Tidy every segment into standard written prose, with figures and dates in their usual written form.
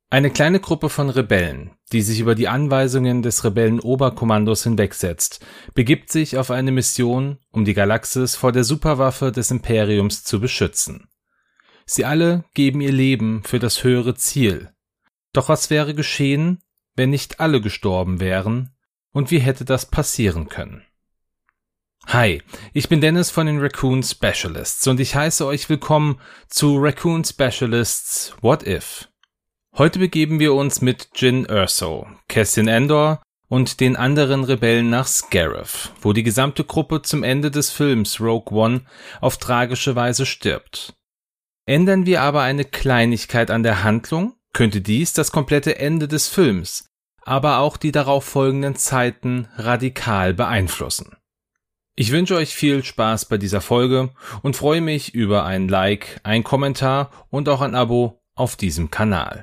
Eine kleine Gruppe von Rebellen, die sich über die Anweisungen des Rebellenoberkommandos hinwegsetzt, begibt sich auf eine Mission, um die Galaxis vor der Superwaffe des Imperiums zu beschützen. Sie alle geben ihr Leben für das höhere Ziel. Doch was wäre geschehen, wenn nicht alle gestorben wären, und wie hätte das passieren können? Hi, ich bin Dennis von den Raccoon Specialists und ich heiße euch willkommen zu Raccoon Specialists What If? Heute begeben wir uns mit Jyn Erso, Cassian Andor und den anderen Rebellen nach Scarif, wo die gesamte Gruppe zum Ende des Films Rogue One auf tragische Weise stirbt. Ändern wir aber eine Kleinigkeit an der Handlung, könnte dies das komplette Ende des Films, aber auch die darauf folgenden Zeiten radikal beeinflussen. Ich wünsche euch viel Spaß bei dieser Folge und freue mich über ein Like, ein Kommentar und auch ein Abo auf diesem Kanal.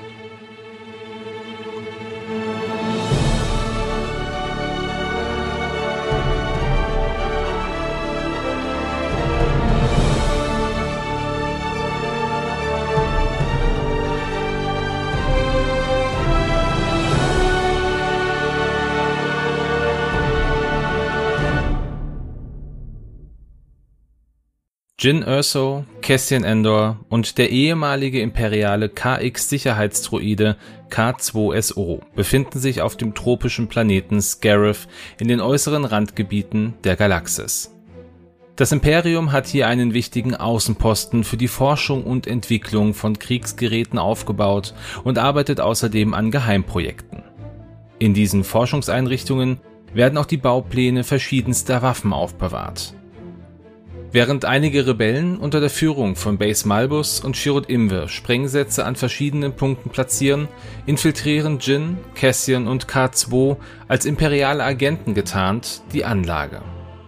Jyn Erso, Cassian Andor und der ehemalige imperiale KX-Sicherheitsdroide K2SO befinden sich auf dem tropischen Planeten Scarif in den äußeren Randgebieten der Galaxis. Das Imperium hat hier einen wichtigen Außenposten für die Forschung und Entwicklung von Kriegsgeräten aufgebaut und arbeitet außerdem an Geheimprojekten. In diesen Forschungseinrichtungen werden auch die Baupläne verschiedenster Waffen aufbewahrt. Während einige Rebellen unter der Führung von Baze Malbus und Chirrut Îmwe Sprengsätze an verschiedenen Punkten platzieren, infiltrieren Jyn, Cassian und K2 als imperiale Agenten getarnt die Anlage.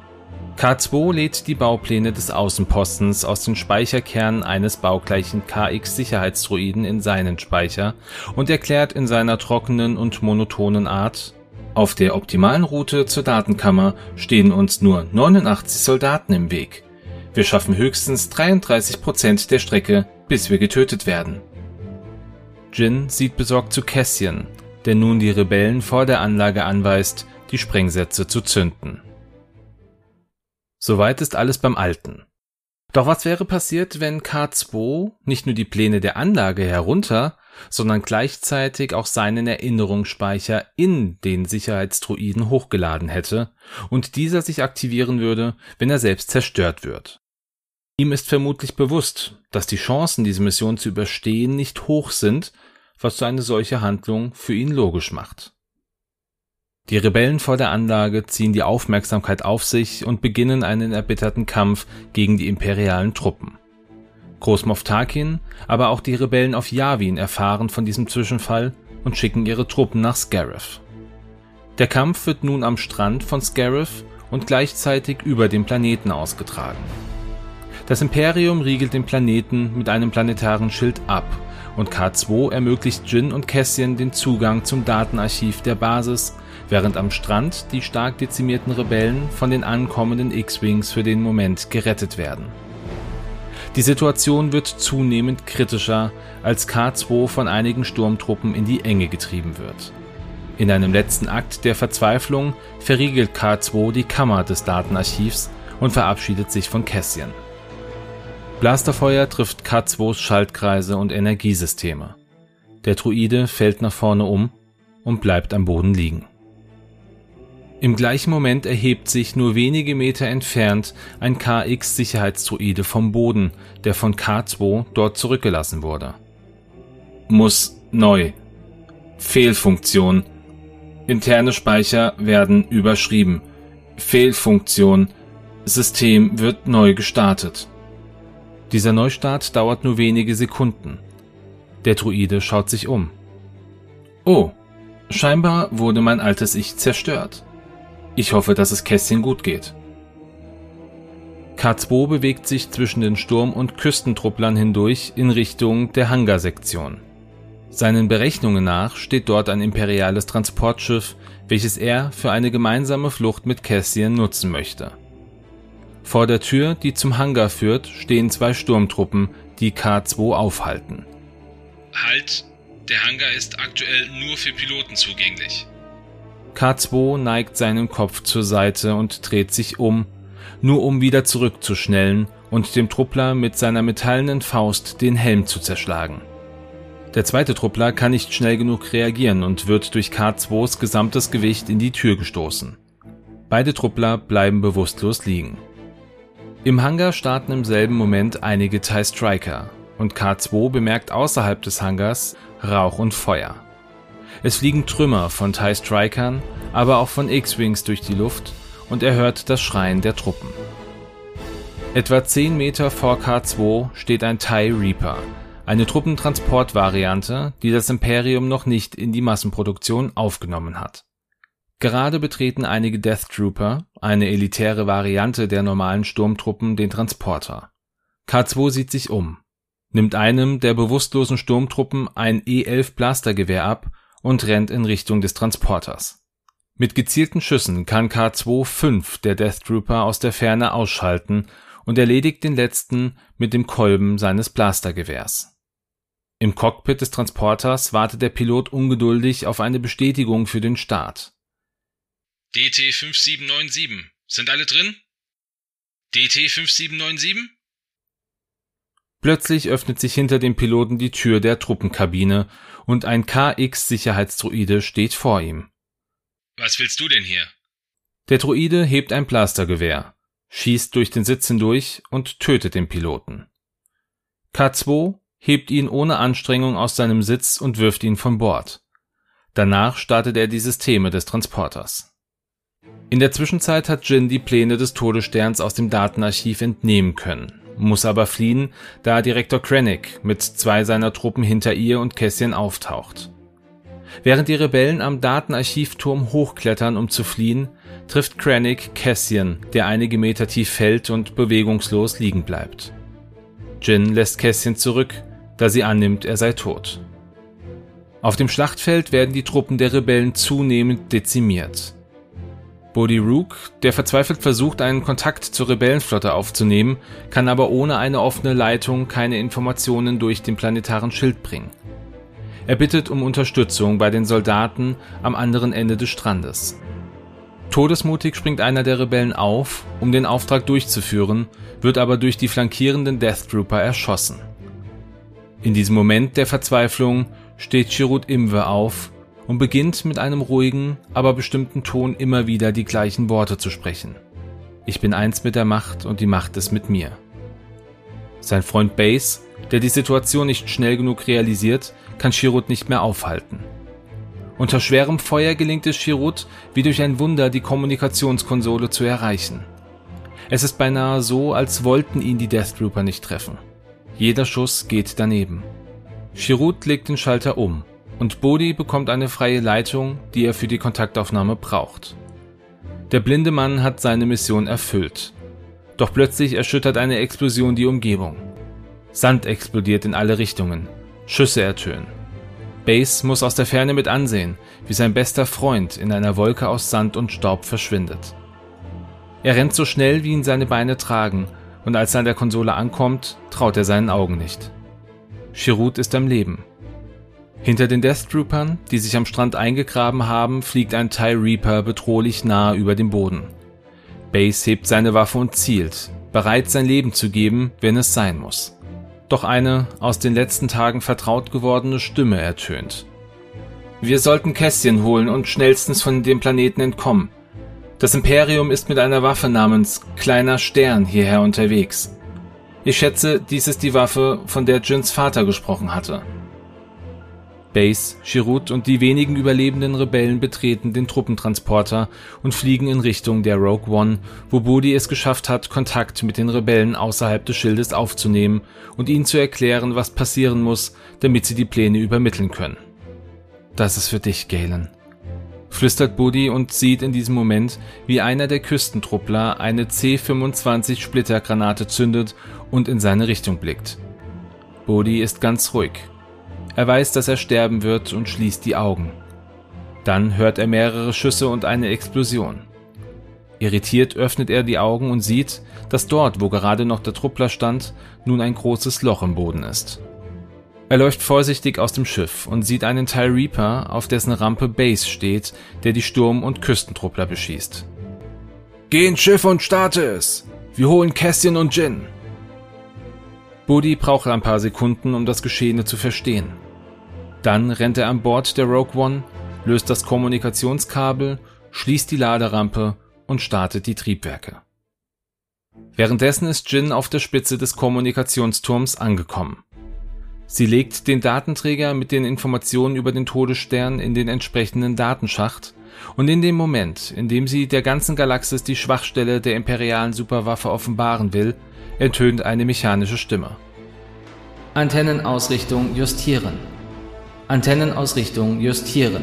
K2 lädt die Baupläne des Außenpostens aus den Speicherkernen eines baugleichen KX-Sicherheitsdroiden in seinen Speicher und erklärt in seiner trockenen und monotonen Art: Auf der optimalen Route zur Datenkammer stehen uns nur 89 Soldaten im Weg. Wir schaffen höchstens 33% der Strecke, bis wir getötet werden. Jyn sieht besorgt zu Cassian, der nun die Rebellen vor der Anlage anweist, die Sprengsätze zu zünden. Soweit ist alles beim Alten. Doch was wäre passiert, wenn K2 nicht nur die Pläne der Anlage herunter, sondern gleichzeitig auch seinen Erinnerungsspeicher in den Sicherheitsdroiden hochgeladen hätte und dieser sich aktivieren würde, wenn er selbst zerstört wird? Ihm ist vermutlich bewusst, dass die Chancen, diese Mission zu überstehen, nicht hoch sind, was so eine solche Handlung für ihn logisch macht. Die Rebellen vor der Anlage ziehen die Aufmerksamkeit auf sich und beginnen einen erbitterten Kampf gegen die imperialen Truppen. Groß Moff Tarkin, aber auch die Rebellen auf Yavin erfahren von diesem Zwischenfall und schicken ihre Truppen nach Scarif. Der Kampf wird nun am Strand von Scarif und gleichzeitig über dem Planeten ausgetragen. Das Imperium riegelt den Planeten mit einem planetaren Schild ab und K2 ermöglicht Jyn und Cassian den Zugang zum Datenarchiv der Basis, während am Strand die stark dezimierten Rebellen von den ankommenden X-Wings für den Moment gerettet werden. Die Situation wird zunehmend kritischer, als K2 von einigen Sturmtruppen in die Enge getrieben wird. In einem letzten Akt der Verzweiflung verriegelt K2 die Kammer des Datenarchivs und verabschiedet sich von Cassian. Blasterfeuer trifft K2s Schaltkreise und Energiesysteme. Der Droide fällt nach vorne um und bleibt am Boden liegen. Im gleichen Moment erhebt sich nur wenige Meter entfernt ein KX-Sicherheitsdroide vom Boden, der von K2 dort zurückgelassen wurde. Muss neu. Fehlfunktion. Interne Speicher werden überschrieben. Fehlfunktion. System wird neu gestartet. Dieser Neustart dauert nur wenige Sekunden. Der Droide schaut sich um. Oh, scheinbar wurde mein altes Ich zerstört. Ich hoffe, dass es Cassian gut geht. K2 bewegt sich zwischen den Sturm- und Küstentrupplern hindurch in Richtung der Hangarsektion. Seinen Berechnungen nach steht dort ein imperiales Transportschiff, welches er für eine gemeinsame Flucht mit Cassian nutzen möchte. Vor der Tür, die zum Hangar führt, stehen 2 Sturmtruppen, die K2 aufhalten. Halt! Der Hangar ist aktuell nur für Piloten zugänglich. K2 neigt seinen Kopf zur Seite und dreht sich um, nur um wieder zurückzuschnellen und dem Truppler mit seiner metallenen Faust den Helm zu zerschlagen. Der zweite Truppler kann nicht schnell genug reagieren und wird durch K2s gesamtes Gewicht in die Tür gestoßen. Beide Truppler bleiben bewusstlos liegen. Im Hangar starten im selben Moment einige TIE Striker und K2 bemerkt außerhalb des Hangars Rauch und Feuer. Es fliegen Trümmer von TIE Strikern, aber auch von X-Wings durch die Luft und er hört das Schreien der Truppen. Etwa 10 Meter vor K2 steht ein TIE Reaper, eine Truppentransportvariante, die das Imperium noch nicht in die Massenproduktion aufgenommen hat. Gerade betreten einige Death Trooper, eine elitäre Variante der normalen Sturmtruppen, den Transporter. K2 sieht sich um, nimmt einem der bewusstlosen Sturmtruppen ein E11 Blastergewehr ab und rennt in Richtung des Transporters. Mit gezielten Schüssen kann K2 5 der Death Trooper aus der Ferne ausschalten und erledigt den letzten mit dem Kolben seines Blastergewehrs. Im Cockpit des Transporters wartet der Pilot ungeduldig auf eine Bestätigung für den Start. DT-5797, sind alle drin? DT-5797? Plötzlich öffnet sich hinter dem Piloten die Tür der Truppenkabine und ein KX-Sicherheitsdroide steht vor ihm. Was willst du denn hier? Der Droide hebt ein Blastergewehr, schießt durch den Sitz hindurch und tötet den Piloten. K2 hebt ihn ohne Anstrengung aus seinem Sitz und wirft ihn von Bord. Danach startet er die Systeme des Transporters. In der Zwischenzeit hat Jyn die Pläne des Todessterns aus dem Datenarchiv entnehmen können, muss aber fliehen, da Direktor Krennic mit 2 seiner Truppen hinter ihr und Cassian auftaucht. Während die Rebellen am Datenarchivturm hochklettern, um zu fliehen, trifft Krennic Cassian, der einige Meter tief fällt und bewegungslos liegen bleibt. Jyn lässt Cassian zurück, da sie annimmt, er sei tot. Auf dem Schlachtfeld werden die Truppen der Rebellen zunehmend dezimiert. Bodhi Rook, der verzweifelt versucht, einen Kontakt zur Rebellenflotte aufzunehmen, kann aber ohne eine offene Leitung keine Informationen durch den planetaren Schild bringen. Er bittet um Unterstützung bei den Soldaten am anderen Ende des Strandes. Todesmutig springt einer der Rebellen auf, um den Auftrag durchzuführen, wird aber durch die flankierenden Death Trooper erschossen. In diesem Moment der Verzweiflung steht Chirrut Imwe auf und beginnt mit einem ruhigen, aber bestimmten Ton immer wieder die gleichen Worte zu sprechen. Ich bin eins mit der Macht und die Macht ist mit mir. Sein Freund Baze, der die Situation nicht schnell genug realisiert, kann Chirrut nicht mehr aufhalten. Unter schwerem Feuer gelingt es Chirrut, wie durch ein Wunder die Kommunikationskonsole zu erreichen. Es ist beinahe so, als wollten ihn die Death Trooper nicht treffen. Jeder Schuss geht daneben. Chirrut legt den Schalter um und Bodhi bekommt eine freie Leitung, die er für die Kontaktaufnahme braucht. Der blinde Mann hat seine Mission erfüllt. Doch plötzlich erschüttert eine Explosion die Umgebung. Sand explodiert in alle Richtungen. Schüsse ertönen. Baze muss aus der Ferne mit ansehen, wie sein bester Freund in einer Wolke aus Sand und Staub verschwindet. Er rennt so schnell, wie ihn seine Beine tragen, und als er an der Konsole ankommt, traut er seinen Augen nicht. Chirrut ist am Leben. Hinter den Death Troopern, die sich am Strand eingegraben haben, fliegt ein TIE Reaper bedrohlich nahe über dem Boden. Baze hebt seine Waffe und zielt, bereit sein Leben zu geben, wenn es sein muss. Doch eine aus den letzten Tagen vertraut gewordene Stimme ertönt. Wir sollten Cassian holen und schnellstens von dem Planeten entkommen. Das Imperium ist mit einer Waffe namens Kleiner Stern hierher unterwegs. Ich schätze, dies ist die Waffe, von der Jyns Vater gesprochen hatte. Baze, Chirrut und die wenigen überlebenden Rebellen betreten den Truppentransporter und fliegen in Richtung der Rogue One, wo Bodhi es geschafft hat, Kontakt mit den Rebellen außerhalb des Schildes aufzunehmen und ihnen zu erklären, was passieren muss, damit sie die Pläne übermitteln können. Das ist für dich, Galen, flüstert Bodhi und sieht in diesem Moment, wie einer der Küstentruppler eine C-25 Splittergranate zündet und in seine Richtung blickt. Bodhi ist ganz ruhig. Er weiß, dass er sterben wird und schließt die Augen. Dann hört er mehrere Schüsse und eine Explosion. Irritiert öffnet er die Augen und sieht, dass dort, wo gerade noch der Truppler stand, nun ein großes Loch im Boden ist. Er läuft vorsichtig aus dem Schiff und sieht einen TIE Reaper, auf dessen Rampe Base steht, der die Sturm- und Küstentruppler beschießt. »Geh ins Schiff und starte es! Wir holen Cassian und Jyn!« Bodhi braucht ein paar Sekunden, um das Geschehene zu verstehen. Dann rennt er an Bord der Rogue One, löst das Kommunikationskabel, schließt die Laderampe und startet die Triebwerke. Währenddessen ist Jyn auf der Spitze des Kommunikationsturms angekommen. Sie legt den Datenträger mit den Informationen über den Todesstern in den entsprechenden Datenschacht und in dem Moment, in dem sie der ganzen Galaxis die Schwachstelle der imperialen Superwaffe offenbaren will, ertönt eine mechanische Stimme. Antennenausrichtung justieren. Antennenausrichtung justieren.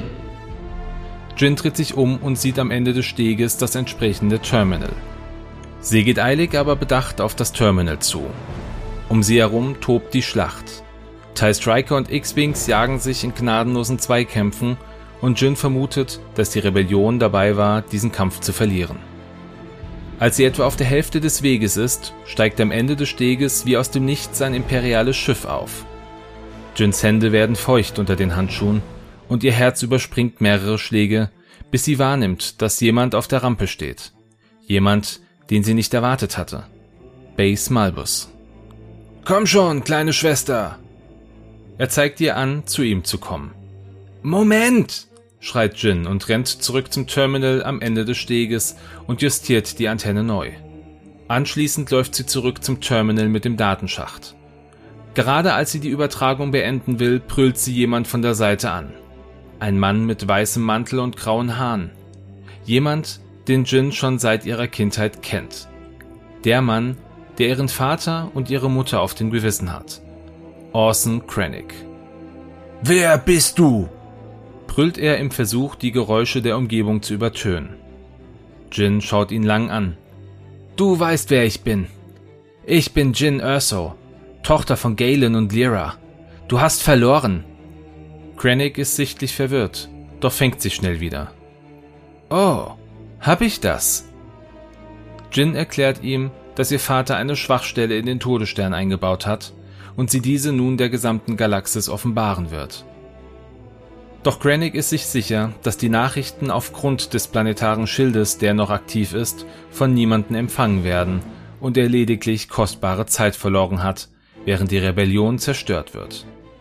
Jyn dreht sich um und sieht am Ende des Steges das entsprechende Terminal. Sie geht eilig, aber bedacht auf das Terminal zu. Um sie herum tobt die Schlacht. TIE Striker und X-Wings jagen sich in gnadenlosen Zweikämpfen und Jyn vermutet, dass die Rebellion dabei war, diesen Kampf zu verlieren. Als sie etwa auf der Hälfte des Weges ist, steigt am Ende des Steges wie aus dem Nichts ein imperiales Schiff auf. Jyns Hände werden feucht unter den Handschuhen und ihr Herz überspringt mehrere Schläge, bis sie wahrnimmt, dass jemand auf der Rampe steht. Jemand, den sie nicht erwartet hatte. Baze Malbus. »Komm schon, kleine Schwester!« Er zeigt ihr an, zu ihm zu kommen. »Moment!« schreit Jyn und rennt zurück zum Terminal am Ende des Steges und justiert die Antenne neu. Anschließend läuft sie zurück zum Terminal mit dem Datenschacht. Gerade als sie die Übertragung beenden will, brüllt sie jemand von der Seite an. Ein Mann mit weißem Mantel und grauen Haaren. Jemand, den Jyn schon seit ihrer Kindheit kennt. Der Mann, der ihren Vater und ihre Mutter auf dem Gewissen hat. Orson Krennic. »Wer bist du?« brüllt er im Versuch, die Geräusche der Umgebung zu übertönen. Jyn schaut ihn lang an. »Du weißt, wer ich bin. Ich bin Jyn Erso, Tochter von Galen und Lyra. Du hast verloren.« Krennic ist sichtlich verwirrt, doch fängt sich schnell wieder. »Oh, hab ich das?« Jyn erklärt ihm, dass ihr Vater eine Schwachstelle in den Todesstern eingebaut hat und sie diese nun der gesamten Galaxis offenbaren wird. Doch Krennic ist sich sicher, dass die Nachrichten aufgrund des planetaren Schildes, der noch aktiv ist, von niemandem empfangen werden und er lediglich kostbare Zeit verloren hat, während die Rebellion zerstört wird.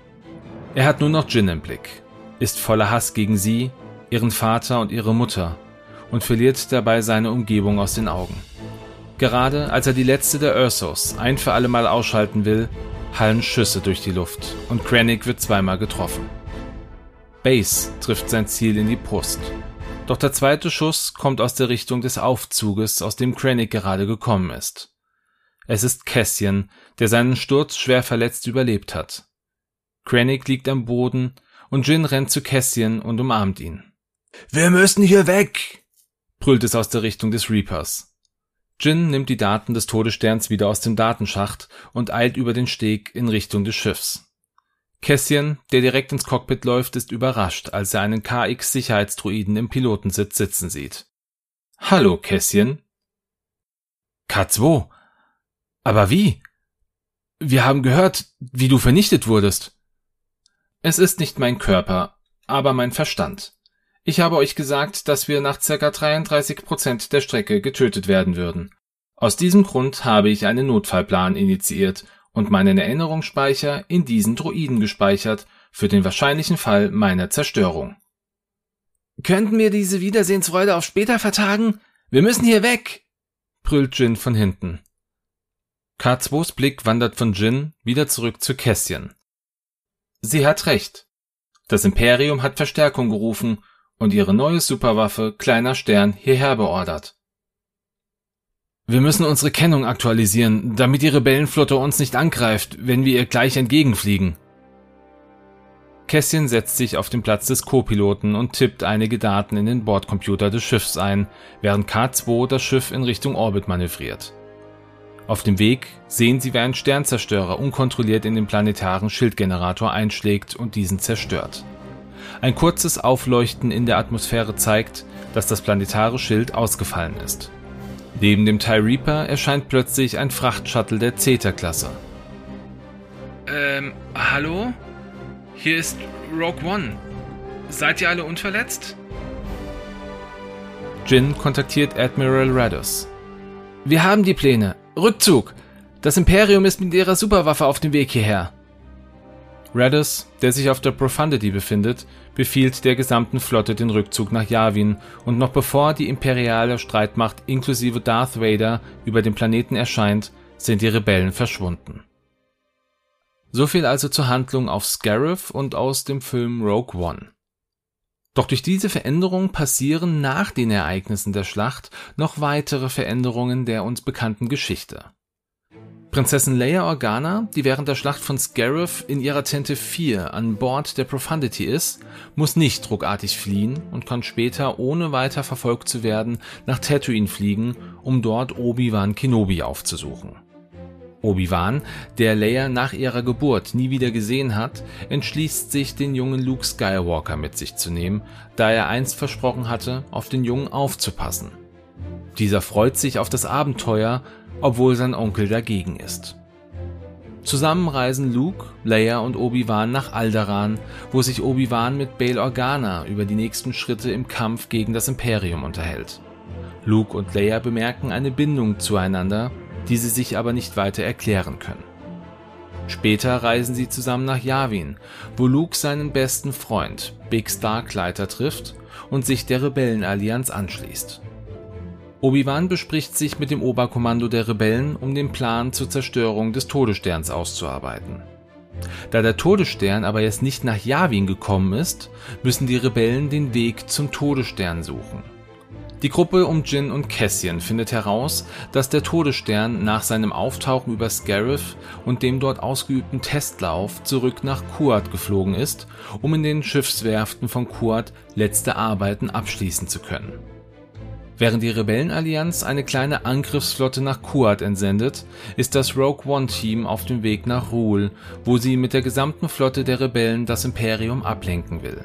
Er hat nur noch Jyn im Blick, ist voller Hass gegen sie, ihren Vater und ihre Mutter und verliert dabei seine Umgebung aus den Augen. Gerade als er die letzte der Ersos ein für alle Mal ausschalten will, hallen Schüsse durch die Luft und Krennic wird zweimal getroffen. Baze trifft sein Ziel in die Brust. Doch der zweite Schuss kommt aus der Richtung des Aufzuges, aus dem Krennic gerade gekommen ist. Es ist Cassian, der seinen Sturz schwer verletzt überlebt hat. Krennic liegt am Boden und Jyn rennt zu Cassian und umarmt ihn. »Wir müssen hier weg!« brüllt es aus der Richtung des Reapers. Jyn nimmt die Daten des Todessterns wieder aus dem Datenschacht und eilt über den Steg in Richtung des Schiffs. Cassian, der direkt ins Cockpit läuft, ist überrascht, als er einen KX-Sicherheitsdruiden im Pilotensitz sitzen sieht. »Hallo, Cassian.« »K2? Aber wie? Wir haben gehört, wie du vernichtet wurdest.« »Es ist nicht mein Körper, aber mein Verstand. Ich habe euch gesagt, dass wir nach ca. 33% der Strecke getötet werden würden. Aus diesem Grund habe ich einen Notfallplan initiiert und meinen Erinnerungsspeicher in diesen Droiden gespeichert, für den wahrscheinlichen Fall meiner Zerstörung.« »Könnten wir diese Wiedersehensfreude auf später vertagen? Wir müssen hier weg!« brüllt Jyn von hinten. K2s Blick wandert von Jyn wieder zurück zu Cassian. Sie hat recht. Das Imperium hat Verstärkung gerufen und ihre neue Superwaffe Kleiner Stern hierher beordert. Wir müssen unsere Kennung aktualisieren, damit die Rebellenflotte uns nicht angreift, wenn wir ihr gleich entgegenfliegen. Cassian setzt sich auf den Platz des Co-Piloten und tippt einige Daten in den Bordcomputer des Schiffs ein, während K2 das Schiff in Richtung Orbit manövriert. Auf dem Weg sehen sie, wie ein Sternzerstörer unkontrolliert in den planetaren Schildgenerator einschlägt und diesen zerstört. Ein kurzes Aufleuchten in der Atmosphäre zeigt, dass das planetare Schild ausgefallen ist. Neben dem TIE Reaper erscheint plötzlich ein Frachtshuttle der Zeta-Klasse. Hallo? Hier ist Rogue One. Seid ihr alle unverletzt? Jyn kontaktiert Admiral Raddus. Wir haben die Pläne. Rückzug! Das Imperium ist mit ihrer Superwaffe auf dem Weg hierher. Raddus, der sich auf der Profundity befindet, befiehlt der gesamten Flotte den Rückzug nach Yavin und noch bevor die imperiale Streitmacht inklusive Darth Vader über den Planeten erscheint, sind die Rebellen verschwunden. So viel also zur Handlung auf Scarif und aus dem Film Rogue One. Doch durch diese Veränderung passieren nach den Ereignissen der Schlacht noch weitere Veränderungen der uns bekannten Geschichte. Prinzessin Leia Organa, die während der Schlacht von Scarif in ihrer Tente 4 an Bord der Profundity ist, muss nicht ruckartig fliehen und kann später, ohne weiter verfolgt zu werden, nach Tatooine fliegen, um dort Obi-Wan Kenobi aufzusuchen. Obi-Wan, der Leia nach ihrer Geburt nie wieder gesehen hat, entschließt sich, den jungen Luke Skywalker mit sich zu nehmen, da er einst versprochen hatte, auf den Jungen aufzupassen. Dieser freut sich auf das Abenteuer, obwohl sein Onkel dagegen ist. Zusammen reisen Luke, Leia und Obi-Wan nach Alderaan, wo sich Obi-Wan mit Bail Organa über die nächsten Schritte im Kampf gegen das Imperium unterhält. Luke und Leia bemerken eine Bindung zueinander, die sie sich aber nicht weiter erklären können. Später reisen sie zusammen nach Yavin, wo Luke seinen besten Freund, Big Starklighter, trifft und sich der Rebellenallianz anschließt. Obi-Wan bespricht sich mit dem Oberkommando der Rebellen, um den Plan zur Zerstörung des Todessterns auszuarbeiten. Da der Todesstern aber jetzt nicht nach Yavin gekommen ist, müssen die Rebellen den Weg zum Todesstern suchen. Die Gruppe um Jyn und Cassian findet heraus, dass der Todesstern nach seinem Auftauchen über Scarif und dem dort ausgeübten Testlauf zurück nach Kuat geflogen ist, um in den Schiffswerften von Kuat letzte Arbeiten abschließen zu können. Während die Rebellenallianz eine kleine Angriffsflotte nach Kuat entsendet, ist das Rogue One-Team auf dem Weg nach Ruhl, wo sie mit der gesamten Flotte der Rebellen das Imperium ablenken will.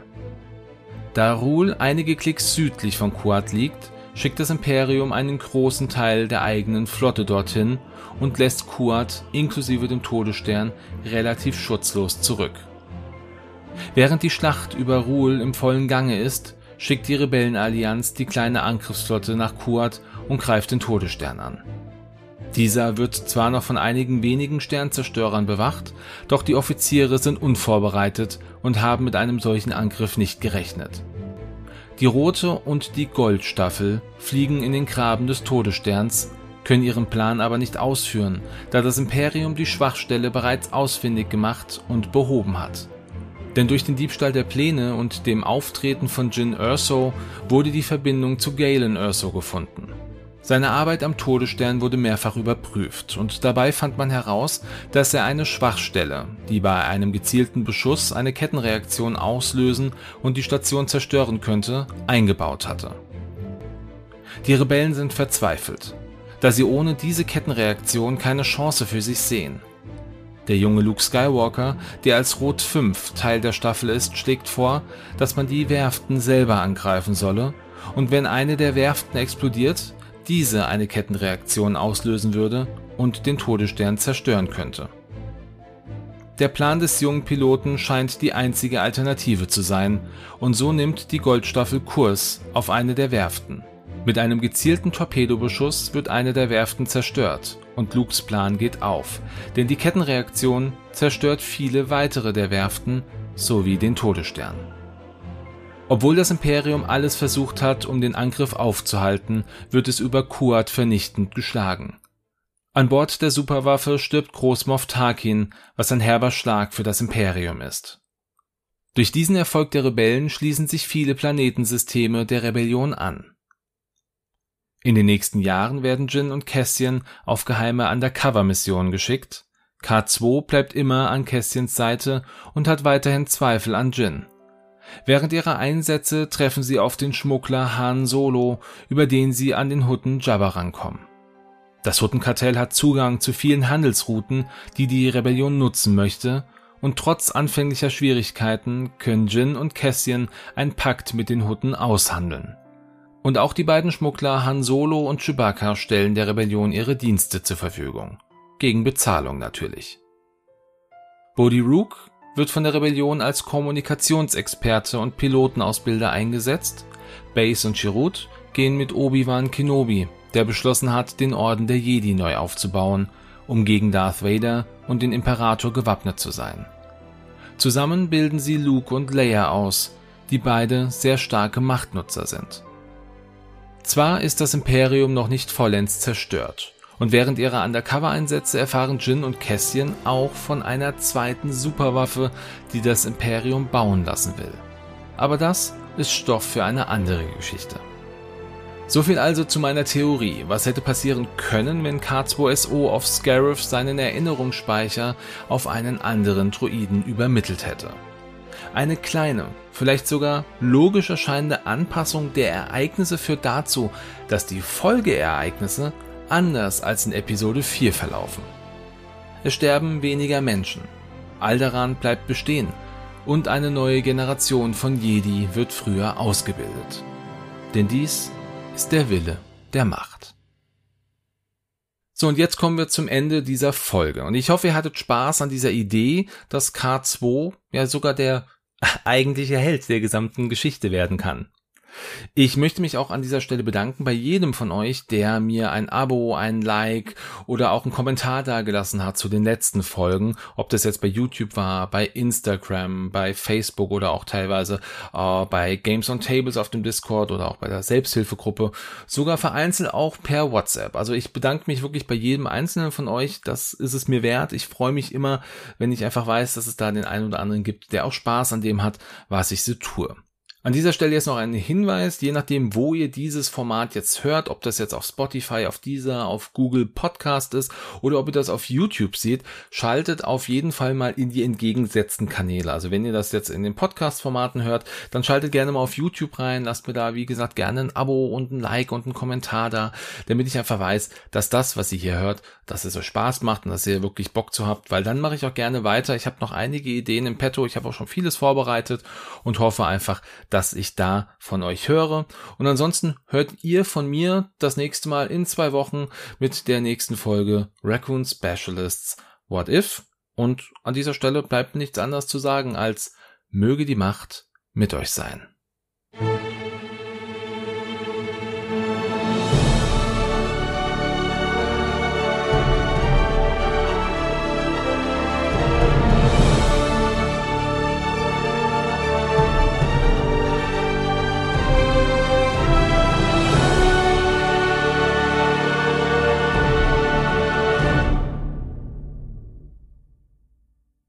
Da Ruhl einige Klicks südlich von Kuat liegt, schickt das Imperium einen großen Teil der eigenen Flotte dorthin und lässt Kuat inklusive dem Todesstern relativ schutzlos zurück. Während die Schlacht über Ruhl im vollen Gange ist, schickt die Rebellenallianz die kleine Angriffsflotte nach Kuat und greift den Todesstern an. Dieser wird zwar noch von einigen wenigen Sternzerstörern bewacht, doch die Offiziere sind unvorbereitet und haben mit einem solchen Angriff nicht gerechnet. Die Rote und die Goldstaffel fliegen in den Graben des Todessterns, können ihren Plan aber nicht ausführen, da das Imperium die Schwachstelle bereits ausfindig gemacht und behoben hat. Denn durch den Diebstahl der Pläne und dem Auftreten von Jyn Erso wurde die Verbindung zu Galen Erso gefunden. Seine Arbeit am Todesstern wurde mehrfach überprüft und dabei fand man heraus, dass er eine Schwachstelle, die bei einem gezielten Beschuss eine Kettenreaktion auslösen und die Station zerstören könnte, eingebaut hatte. Die Rebellen sind verzweifelt, da sie ohne diese Kettenreaktion keine Chance für sich sehen. Der junge Luke Skywalker, der als Rot 5 Teil der Staffel ist, schlägt vor, dass man die Werften selber angreifen solle und wenn eine der Werften explodiert, diese eine Kettenreaktion auslösen würde und den Todesstern zerstören könnte. Der Plan des jungen Piloten scheint die einzige Alternative zu sein und so nimmt die Goldstaffel Kurs auf eine der Werften. Mit einem gezielten Torpedobeschuss wird eine der Werften zerstört und Lukes Plan geht auf, denn die Kettenreaktion zerstört viele weitere der Werften sowie den Todesstern. Obwohl das Imperium alles versucht hat, um den Angriff aufzuhalten, wird es über Kuat vernichtend geschlagen. An Bord der Superwaffe stirbt Groß Moff Tarkin, was ein herber Schlag für das Imperium ist. Durch diesen Erfolg der Rebellen schließen sich viele Planetensysteme der Rebellion an. In den nächsten Jahren werden Jyn und Cassian auf geheime Undercover-Missionen geschickt. K2 bleibt immer an Cassians Seite und hat weiterhin Zweifel an Jyn. Während ihrer Einsätze treffen sie auf den Schmuggler Han Solo, über den sie an den Hutten Jabba rankommen. Das Huttenkartell hat Zugang zu vielen Handelsrouten, die die Rebellion nutzen möchte, und trotz anfänglicher Schwierigkeiten können Jyn und Cassian einen Pakt mit den Hutten aushandeln. Und auch die beiden Schmuggler Han Solo und Chewbacca stellen der Rebellion ihre Dienste zur Verfügung. Gegen Bezahlung natürlich. Bodhi Rook, wird von der Rebellion als Kommunikationsexperte und Pilotenausbilder eingesetzt. Baze und Chirrut gehen mit Obi-Wan Kenobi, der beschlossen hat, den Orden der Jedi neu aufzubauen, um gegen Darth Vader und den Imperator gewappnet zu sein. Zusammen bilden sie Luke und Leia aus, die beide sehr starke Machtnutzer sind. Zwar ist das Imperium noch nicht vollends zerstört, und während ihrer Undercover-Einsätze erfahren Jyn und Cassian auch von einer zweiten Superwaffe, die das Imperium bauen lassen will. Aber das ist Stoff für eine andere Geschichte. Soviel also zu meiner Theorie. Was hätte passieren können, wenn K2SO auf Scarif seinen Erinnerungsspeicher auf einen anderen Droiden übermittelt hätte? Eine kleine, vielleicht sogar logisch erscheinende Anpassung der Ereignisse führt dazu, dass die Folgeereignisse anders als in Episode 4 verlaufen. Es sterben weniger Menschen, Alderaan bleibt bestehen und eine neue Generation von Jedi wird früher ausgebildet. Denn dies ist der Wille der Macht. So, und jetzt kommen wir zum Ende dieser Folge. Und ich hoffe, ihr hattet Spaß an dieser Idee, dass K2 ja sogar der eigentliche Held der gesamten Geschichte werden kann. Ich möchte mich auch an dieser Stelle bedanken bei jedem von euch, der mir ein Abo, ein Like oder auch einen Kommentar dagelassen hat zu den letzten Folgen, ob das jetzt bei YouTube war, bei Instagram, bei Facebook oder auch teilweise bei Games on Tables auf dem Discord oder auch bei der Selbsthilfegruppe, sogar vereinzelt auch per WhatsApp. Also ich bedanke mich wirklich bei jedem einzelnen von euch, das ist es mir wert. Ich freue mich immer, wenn ich einfach weiß, dass es da den einen oder anderen gibt, der auch Spaß an dem hat, was ich so tue. An dieser Stelle jetzt noch ein Hinweis, je nachdem, wo ihr dieses Format jetzt hört, ob das jetzt auf Spotify, auf Deezer, auf Google Podcast ist oder ob ihr das auf YouTube seht, schaltet auf jeden Fall mal in die entgegengesetzten Kanäle. Also wenn ihr das jetzt in den Podcast-Formaten hört, dann schaltet gerne mal auf YouTube rein, lasst mir da, wie gesagt, gerne ein Abo und ein Like und einen Kommentar da, damit ich einfach weiß, dass das, was ihr hier hört, dass es euch Spaß macht und dass ihr wirklich Bock zu habt, weil dann mache ich auch gerne weiter. Ich habe noch einige Ideen im Petto, ich habe auch schon vieles vorbereitet und hoffe einfach, dass ich da von euch höre. Und ansonsten hört ihr von mir das nächste Mal in 2 Wochen mit der nächsten Folge Raccoon Specialists What If? Und an dieser Stelle bleibt nichts anderes zu sagen als möge die Macht mit euch sein.